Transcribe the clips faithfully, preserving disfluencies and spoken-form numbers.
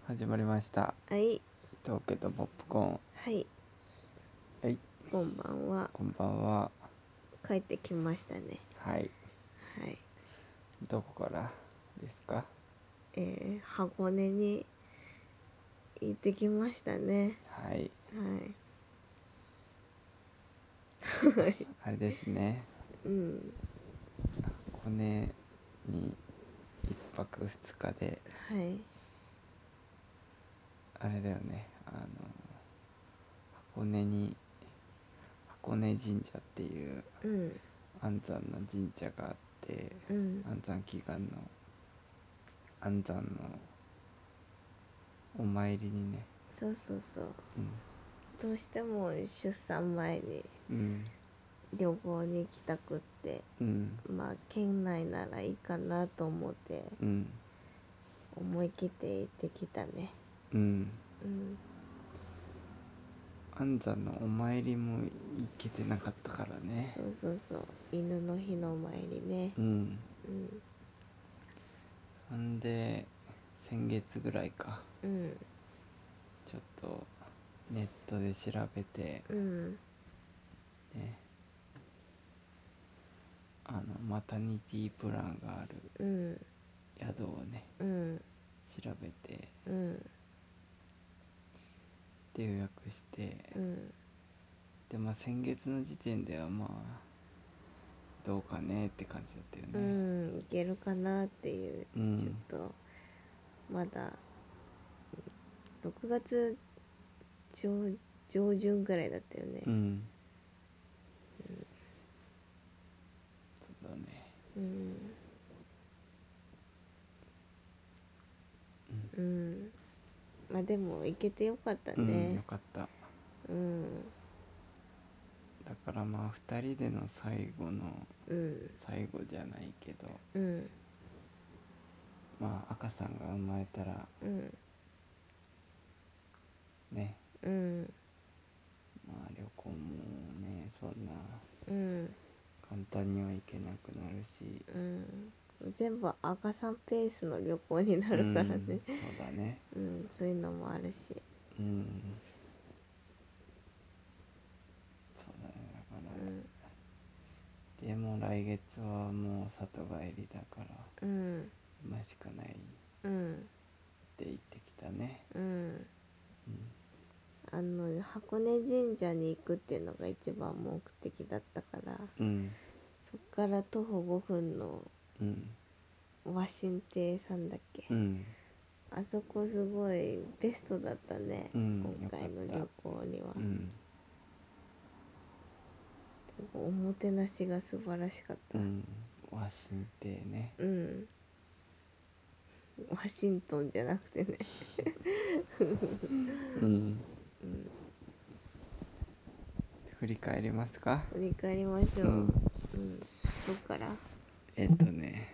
始まりました。 はい。 東京とポップコーン。 はい。 はい。 こんばんは。 こんばんは。 帰ってきましたね。 はい。 はい。 どこからですか？ えー、箱根に行ってきましたね。 はい。 はい。 あれですね。 うん。 箱根に一泊二日で、 はい。 あれだよね。あの、箱根に、箱根神社っていううん。 安山の神社があって、 うん。 安山祈願の、安山のお参りにね。 そうそうそう。 うん。 どうしても出産前にうん。 旅行に行きたくって、 うん。 まあ県内ならいいかなと思ってうん。 思い切って行ってきたね。 うん。 うん。 安山のお参りも行けてなかったからね。 そうそうそう。犬の日のお参りね。 うん。 うん。 そんで、先月ぐらいか。 うん。 ちょっとネットで調べて、 うん。 ね、あの、マタニティプランがあるうん。 宿をね、 うん。 調べて、 うん。 で予約して、 うん。 で、まあ先月の時点ではまあ、どうかねって感じだったようね。 ん、いけるかなっていう、 うん。 ちょっとまだろくがつ上、上旬ぐらいだったよね。 うん。そうだね。 うん。 うん。 うん。まあでも行けてよかったうん、よね。 かった。 うん。 だからまあ二人での最後のうん。 最後じゃないけど、 うん。 まあ赤さんが生まれたらうん。 ね、 うん。 まあ旅行もね、そんなうん。 簡単には行けなくなるし、 うん。全部赤さんペースの旅行になうるからね。 ん、そうだね。 うん、そういうのもあるし。 うん、そうだね。だから、 うん。 でも来月はもう里帰りだからうん。 今しかないっうん。 て言ってきたね。 うん。 うん。 あの箱根神社に行くっていうのが一番目的だったから、 うん。 そっから徒歩ごふんのうん。 和神亭さんだっけ、 うん。 あそこすごいベストだったね、 うん、 今よかった。 回の旅行には。 うん。 すごいおもてなしが素晴らしかった。 うん。和神亭ね。 うん、ワシントンじゃなくてね。 うん。 うん、 振り返りますか？ 振り返りましょう。 うん。 うん、どっから？ えっとね、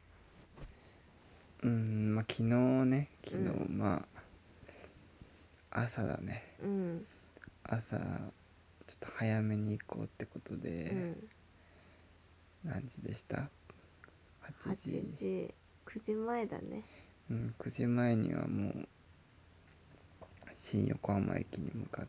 うん、まあ昨日ね、昨日、 うん。 まあ朝だね。 うん。 朝、ちょっと早めに行こうってことで、 うん。 何時でした？ はち 8 時。 時、くじまえだね。 うん、くじまえにはもう、新横浜駅に向かって、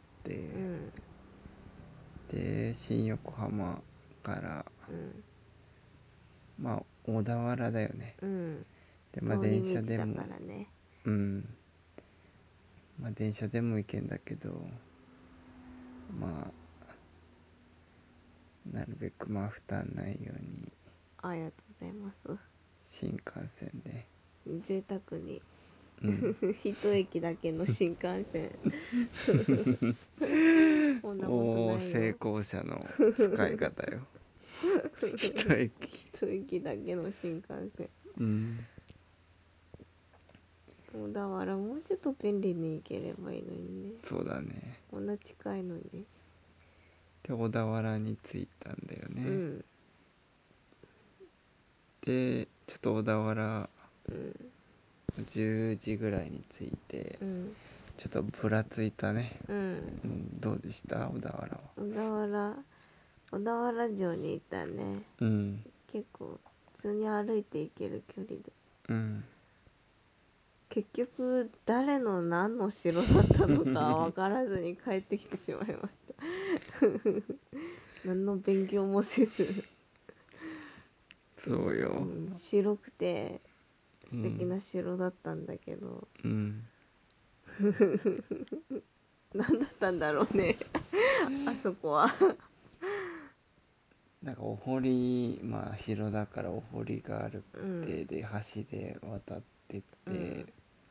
うん。 で、新横浜から、 うん。 まあ、小田原だよね。 うん。 で、まあ、 通り電車道だでも、 からね。 うん、まあ、電車でも行けんだけど、まあ、なるべくまあ、負担ないように、 ありがとうございます。 新幹線で、 贅沢に。 うん。 一駅だけの新幹線。こんなことおー、成ないよ。 功者の使い方よ。一駅。 一駅だけの新幹線。 うん。 もうだからもうちょっと便利に行ければいいのにね。 そうだね。 こんな近いのに。 で、小田原に着いたんだよね。 うん。 で、ちょっと小田原、 うん。 じゅうじぐらいに着いて、 うん。 ちょっとぶらついたね。 うん。 うん、どうでした小田原は？ 小田原、小田原城に行ったね。 うん。 結構普通に歩いて行ける距離で。 うん。 結局誰の何の城だったのか分からずに帰ってきてしまいました何の勉強もせずそうよ、 うん、白くてう素敵んな城だったんだけど、 うん何だったんだろうねあそこはなんかお堀、まあ城だからお堀があるうって、 んで橋で渡ってって、 うん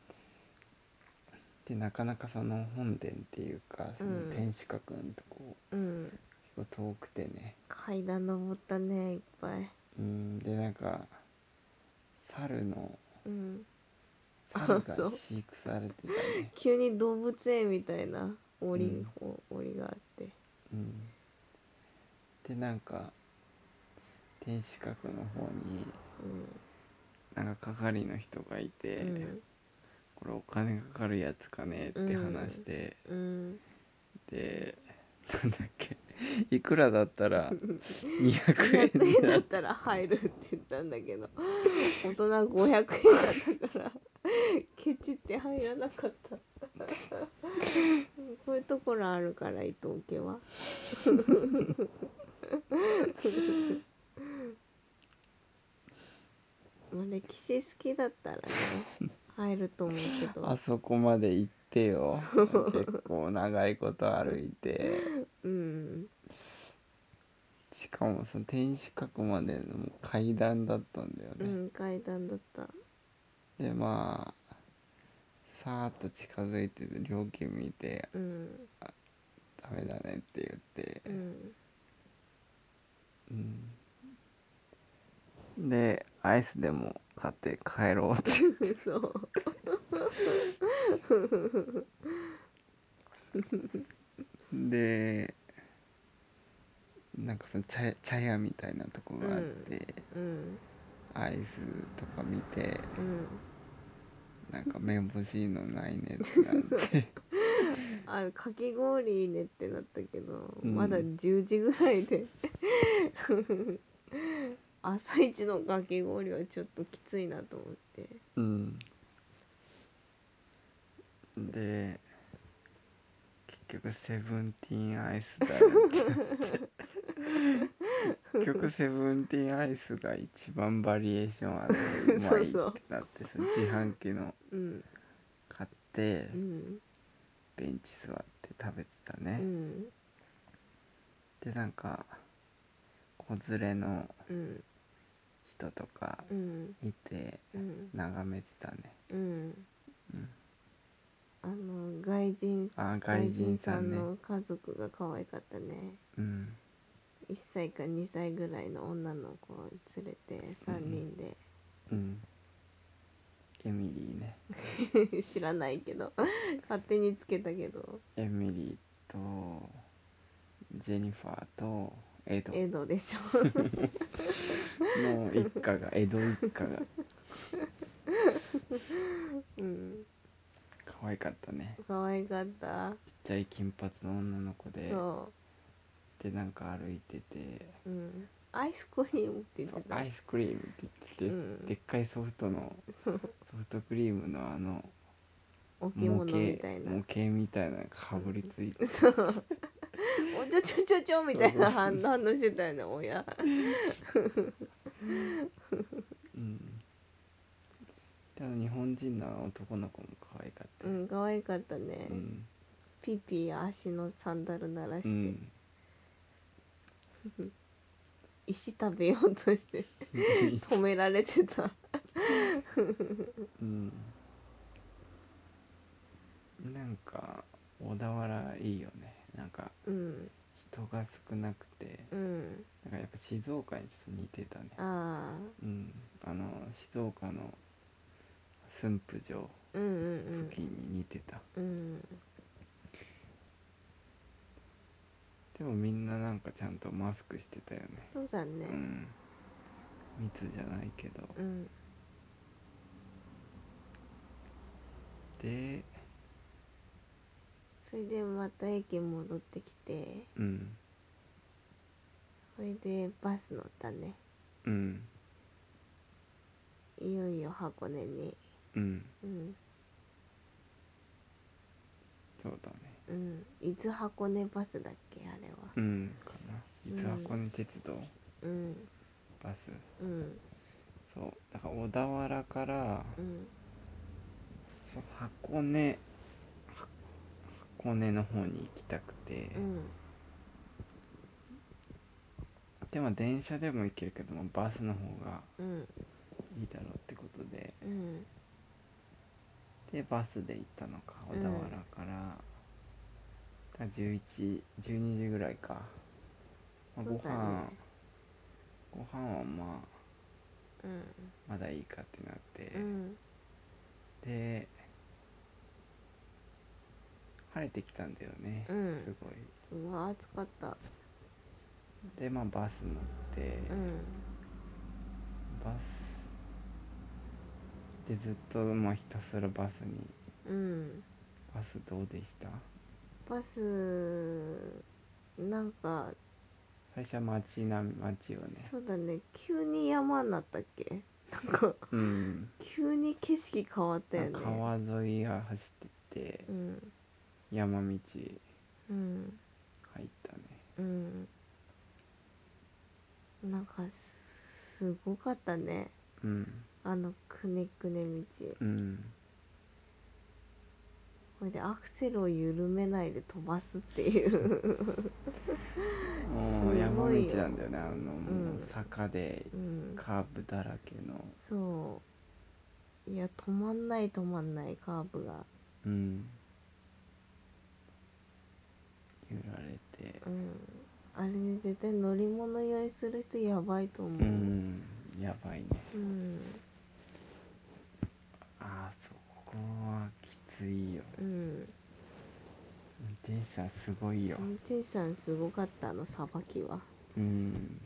でなかなかその本殿っていうかその天守閣のとこ、 うん結構遠くてね、 階段登ったねいっぱい。 うんでなんか猿のうん猿がそう飼育されてたね。 急に動物園みたいな檻、 うん檻があって、 うんでなんか天守閣の方になんか係の人がいて、 うんこれお金かかるやつかねって話して、 うんでなんだっけ、いくらだったらにひゃく 200 円に円だっなって、 たら入るって言ったんだけど大人ごひゃくえんだったからケチって入らなかったこういうところあるから伊藤家はまあ歴史好きだったらね入ると思うけど、 あそこまで行ってよ結構長いこと歩いて、 うんしかもその天守閣までのもう階段だったんだよね、 うん階段だった。 でまあさーっと近づいて料金見てうんダメだねって言ってう、んうん、でアイスでも買って帰ろうってそうでなんかその茶茶屋みたいなとこがあって、 うんアイスとか見て、 うんなんかめぼしいのないねってなってあかき氷いいねってなったけど、 うんまだじゅうじぐらいで朝一のかき氷はちょっときついなと思って、 うんで結局セブンティーンアイスだよって結局セブンティーンアイスが一番バリエーションあってうまいってそうそうなって、その自販機のうん買ってうんベンチ座って食べてたうね、 んでなんか子連れのうん人とかうんいてうん眺めてたね、 うんうん、 あの外人あ外外人人さんね、 さんの家族が可愛かったね。 うんいっさいかにさいぐらいの女の子を連れてさんにんで、 うんエミリーね知らないけど勝手につけたけどエミリーとジェニファーとエドエドでしょの一家がエド一家がうん可愛かったね。 可愛かった。 ちっちゃい金髪の女の子で、 そでなんか歩いてて、 う、うん、アイスクリームって言ってた。 アイスクリームって言ってて、 うん、 でっかいソフトのそうソフトクリームのあの置物模型みたいな、 模型みたいなのがかぶりついて、 そうおちょちょちょちょみたいな反反応してたよね親うんであの日本人の男の子も可愛かったよ、 うん可愛かったね、 うんピーピー足のサンダル鳴らして、 うん石食べようとして止められてたうんなんか小田原いいよね、なんかうん人が少なくて、 うんなんかやっぱ静岡にちょっと似てたね、 ああうんあの静岡の駿府城うんうん付近に似てた、 うんうんでもみんななんかちゃんとマスクしてたよね、 そうだねうん密じゃないけど、 うんでそれでまた駅戻ってきて、 うんそれでバス乗ったね、 うんいよいよ箱根に、 うんうんうん伊豆箱根バスだっけあれは。 うんかな、伊豆箱うん根鉄道うんバス。 うんそうだから小田原からうんそう箱根は箱根の方に行きたくて、 うんでも電車でも行けるけどもバスの方がうんいいだろうってことで、 うんでバスで行ったのか、小田原から、だじゅういち、じゅうにじぐらいか、まあ、ごそうだね飯ご飯はまあうんまだいいかってなって、 うんで晴れてきたんだよね、 うんすごい。 うわ暑かった。 でまあバス乗って、 うんバスでずっとまあひたすらバスに。 うんバスどうでした？ バスなんか最初は街並み街をね。 そうだね急に山になったっけなんかうん急に景色変わったよね。 川沿いが走っててうん山道入うんったね。 うんなんかすごかったねうんあのくねくね道。 うんこれでアクセルを緩めないで飛ばすっていうもうす山道ごいよ。 なんだよね、あのもうんう坂でうんカーブだらけの。 そういや止まんない止まんないカーブが。 うん揺られて、 うんあれで絶対乗り物酔いする人やばいと思う。 うんやばいね。 うんあーそこはきついよ。 うん運転手さんすごいよ。 運転手さんすごかったあのさばきは。 うん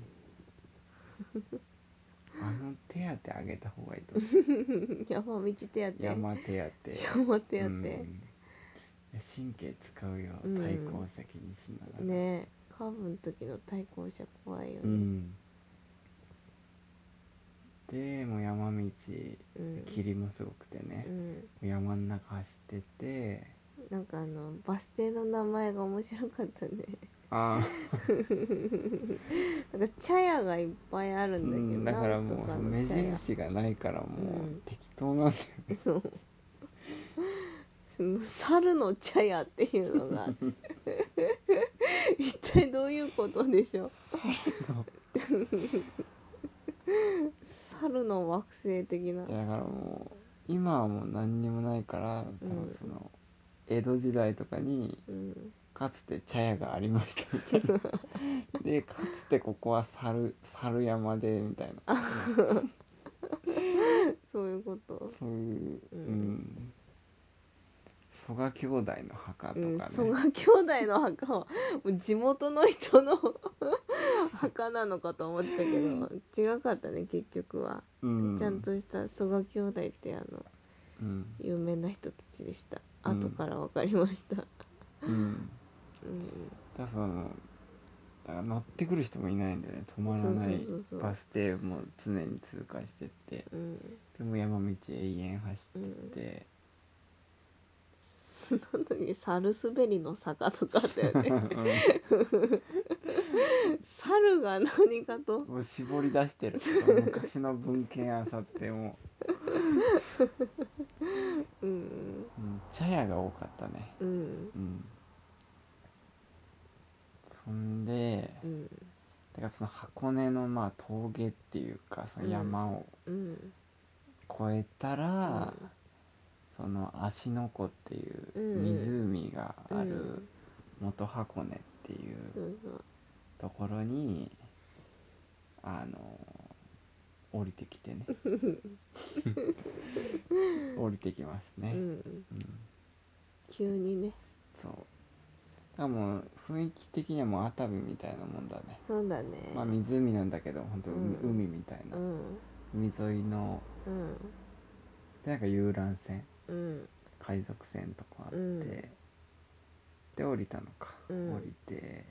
あの手当あげた方がいいと思う。 山道手当山手当。 山手当、 うん神経使うよ、 うん対向車気にしながら。 ねえカーブの時の対向車怖いよね。 うんでもう山道、 うん霧もすごくてね、 うん山ん中走ってて、 なんかあのバス停の名前が面白かったね。 あなんか茶屋がいっぱいあるー、うんだけど、 ん、だかなんとらもうかの目茶屋。 印がないからもううん適当なんだよね。 そうその猿の茶屋っていうのがあって一体どういうことでしょう。猿の惑星的な。 いやだからもう今はもう何にもないから、多分その江戸時代とかにうんかつて茶屋がありましたみたいなでかつてここは猿猿山でみたいなそういうこと。 そういう、 ううんん、曽我兄弟の墓とうんかね、 曽我兄弟の墓はもう地元の人の墓なのかと思ってたけど違かったね結局は。 うん、 ちゃんとした曽我兄弟ってあのうん有名な人たちでした。 うん後から分かりました。 うん、 うんだからそのだから乗ってくる人もいないんだよね、止まそうそうらないそうそう。 バス停も常に通過してって、 うんでも山道永遠走うんってて、 なんだっけ猿滑りの坂とかあったよね。猿が何かと。 もう絞り出してる昔の文献あさっても、 うんうん、茶屋が多かったね。 うんうんそんでうんだからその箱根のまあ峠っていうかその山をうん越えたら、 うんその芦ノ湖っていううん湖がうあるん元箱根っていうそうそうところにあの降りてきてね降りてきますね。 うんうん急にね。 そうだからもう雰囲気的にはもう熱海みたいなもんだね。 そうだね。 まあ湖なんだけど本当う海、 ん海みたいなうん海沿いのうんでなんか遊覧船うん海賊船とかあっうんて、で降りたのか、 うん降りて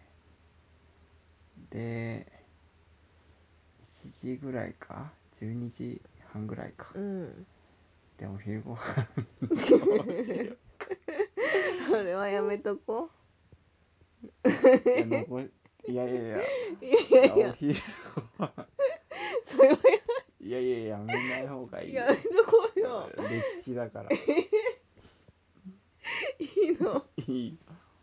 でいちじぐらいかじゅうにじはんぐらいか、 うんでお昼ご飯あれれはやめとこいや残いやいやいやう。いやいやいやお昼はそれはいやいややめない方がいいよ。 やめとこうよ。 歴史だから。 いいの。 いい。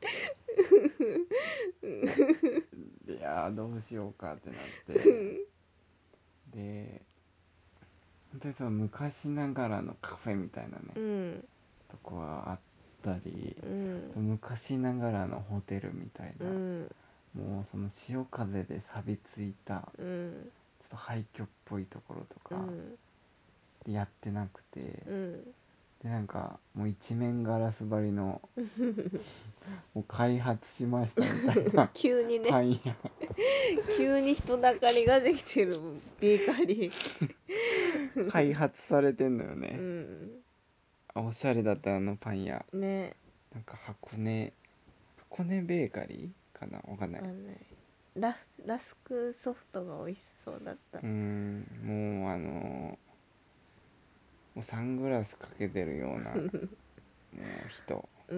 いやどうしようかってなってで本当にその昔ながらのカフェみたいなね、 うん。 とこはあったり、 うん。 昔ながらのホテルみたいな、 うん。 もうその潮風で錆びついたうん。 ちょっと廃墟っぽいところとかうん。 でやってなくて、 うん。 でなんかもう一面ガラス張りのもう開発しましたみたいな急にね、 パン屋急に人だかりができてるベーカリー。 開発されてんのようね。 ん。 あおしゃれだったあのパン屋、 ね。 なんか箱根箱根ベーカリーかな、わかんない。 わかんない。ラス、ラスクソフトが美味しそうだった。 うーんもうあのもうサングラスかけてるようなもう人、 うん。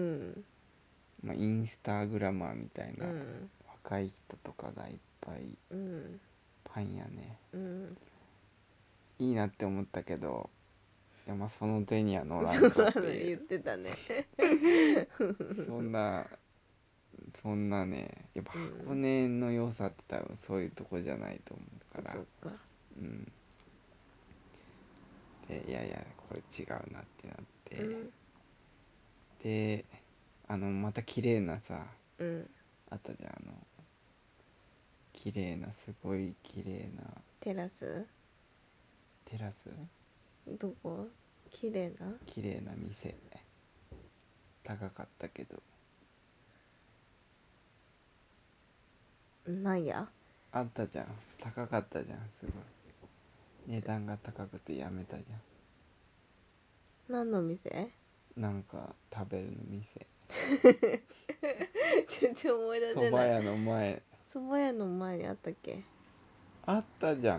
まあ、インスタグラマーみたいなうん。 若い人とかがいっぱいうん。 パン屋ね、 うん。 いいなって思ったけど、いやまあその手には乗らんそうとっなの言っていうてたね。 そんなそんなねやっぱうん箱根の良さって多分そういうとこじゃないと思うから、 そっか。 うんでいやいやこれ違うなってなって、 うん。 であのまた綺麗なさうん。 あったじゃん、あの綺麗なすごい綺麗なテラステラス、 どこ綺麗な綺麗な店、高かったけどなんやあったじゃん、高かったじゃん、すごい値段が高くてやめたじゃ何の店ん、なんか食べるの店、 全然思い出せない。 蕎麦屋の前蕎麦屋の前にあったっけ？ あったじゃん。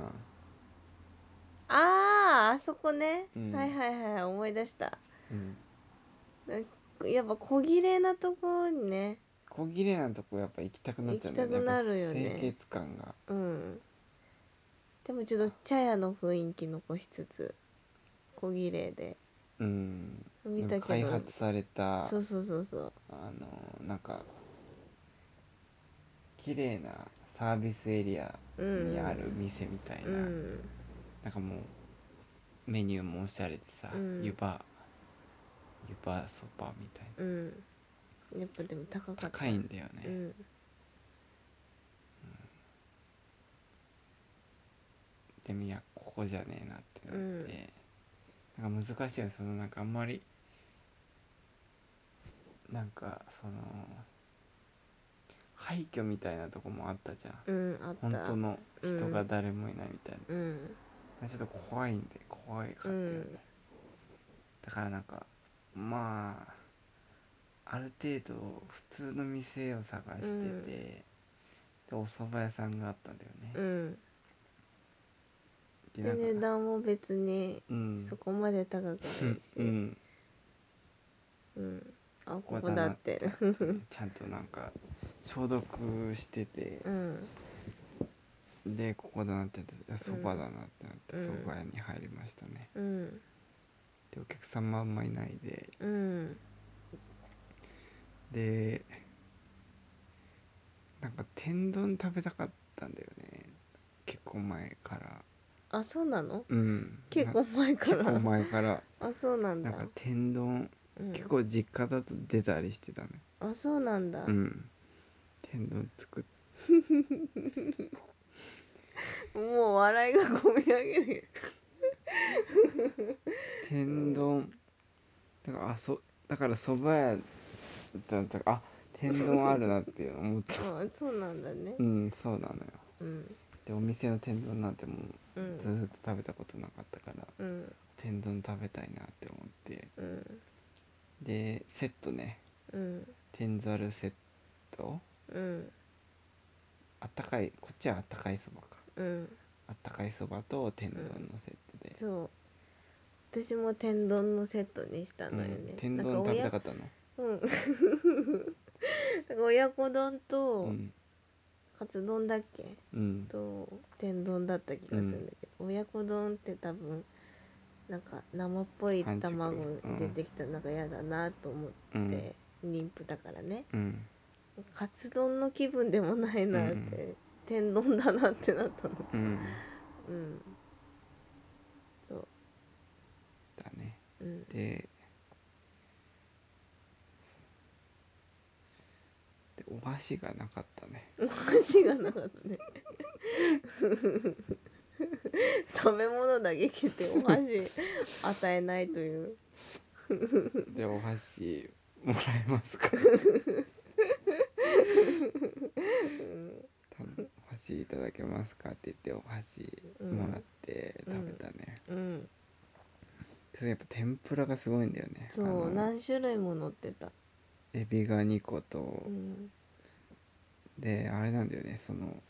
ああ、あそこね。 うん、 はいはいはい、思い出した。 うん、 やっぱ小綺麗なところにね、 小綺麗なとこやっぱ行きたくなっ行きちゃうんだよね、やっぱたくなるよ清ね。 潔感が。 うん。でもちょっと茶屋の雰囲気残しつつ、小綺麗で。 うん、 見でもたけど、 開発されたそうそうそうそう。 あのなんか綺麗なサービスエリアうにあるん店みたいうん。うな、 ん。 なんかもうメニューもおしゃれでさ、 うん。 湯葉湯葉そばみたいな、 うん。やっぱでも高かった。 高いんだよね、 うん。 でもいやここじゃねえなってなっうん。 て、なんか難しいよ、そのなんかあんまりなんかその廃墟みたいなとこもあったじゃん、 うん、あった。 本当の人がうん。 誰もいないみたいうん。 な、ちょっと怖いんで怖いかったよね、 うん。 だからなんかまあある程度普通の店を探してうん。 て、でお蕎麦屋さんがあったんだよね、 うん。で、 でなんか値段も別にうんそこまで高くないし。 うんうん。あ、 ここここだなってだって。 なってね、ちゃんとなんか消毒してて、 うん。 でここだなってなって、 うん。 そばだなってなってうん。 蕎麦屋に入りましたね。 うん。 でお客さんもあんまいないで、 うん。 でなんか天丼食べたかったんだよね、結構前から。 あ、そうなの？ うんな結構前か結構ら。 前からあ、そうなんだ。 なんか天丼うん。 結構実家だと出たりしてたね。 あ、そうなんだ。 うん天丼作っもう笑いがこみ上げる。 天丼だからあそだから蕎麦屋だったらあ天丼あるなって思ったあ、そうなんだね。 うんそうなのよ。 うん。 でお店の天丼なんてもううん。 ずーっと食べたことなかったからうん。 天丼食べたいなって思って、 うん。 でセットね、 うん。 天ざるセット、 うん。 あったかいこっちはあったかいそばか、 うん。 あったかいそばと天うん。 丼のセットでそう。 私も天丼のセットにしたのよね、 うん、天丼食べたかったの。 うんなんか親子丼と、 うんカツ丼だっけ、 うん、 と天丼だった気がするんだけど、親子丼って多分なんか生っぽい半熟卵うん出てきたらなんか嫌だなと思って、妊婦だからね、 うんカツ丼の気分でもないなって、 うんうん天丼だなってなったの。 うんうんそうだね。 うんででお箸がなかったね。 お箸がなかったね食べ物だけ切ってお箸与えないというでお箸もらえますか多分お箸いただけますかって言ってお箸もらって食べたね。 うん、うんそれやっぱ天ぷらがすごいんだよね。 そうあの何種類も乗ってた。 エビがにことう、んであれなんだよね、その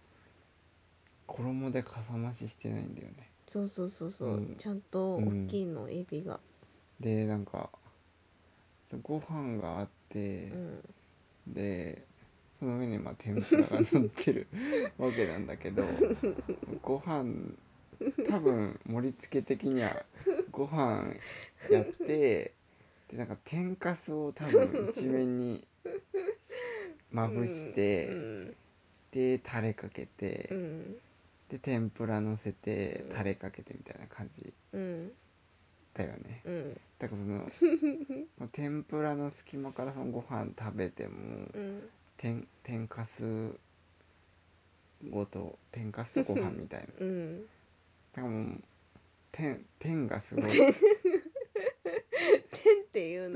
衣でかさ増ししてないんだよね。 そうそうそうそう、 うんちゃんと大きいの、エビが。 でなんかご飯があってう、んでその上にまあ天ぷらが乗ってるわけなんだけど、ご飯多分盛り付け的にはご飯やってでなんか天かすを多分一面にまぶしうて、 んでタレかけて、 うんで天ぷら乗せてうんタレかけてみたいな感じうんだよね。 うんだからそのまあ天ぷらの隙間からそのご飯食べてもうん天天かすごと天かすとご飯みたいな、 うんだからもう天天がすごい天っていうの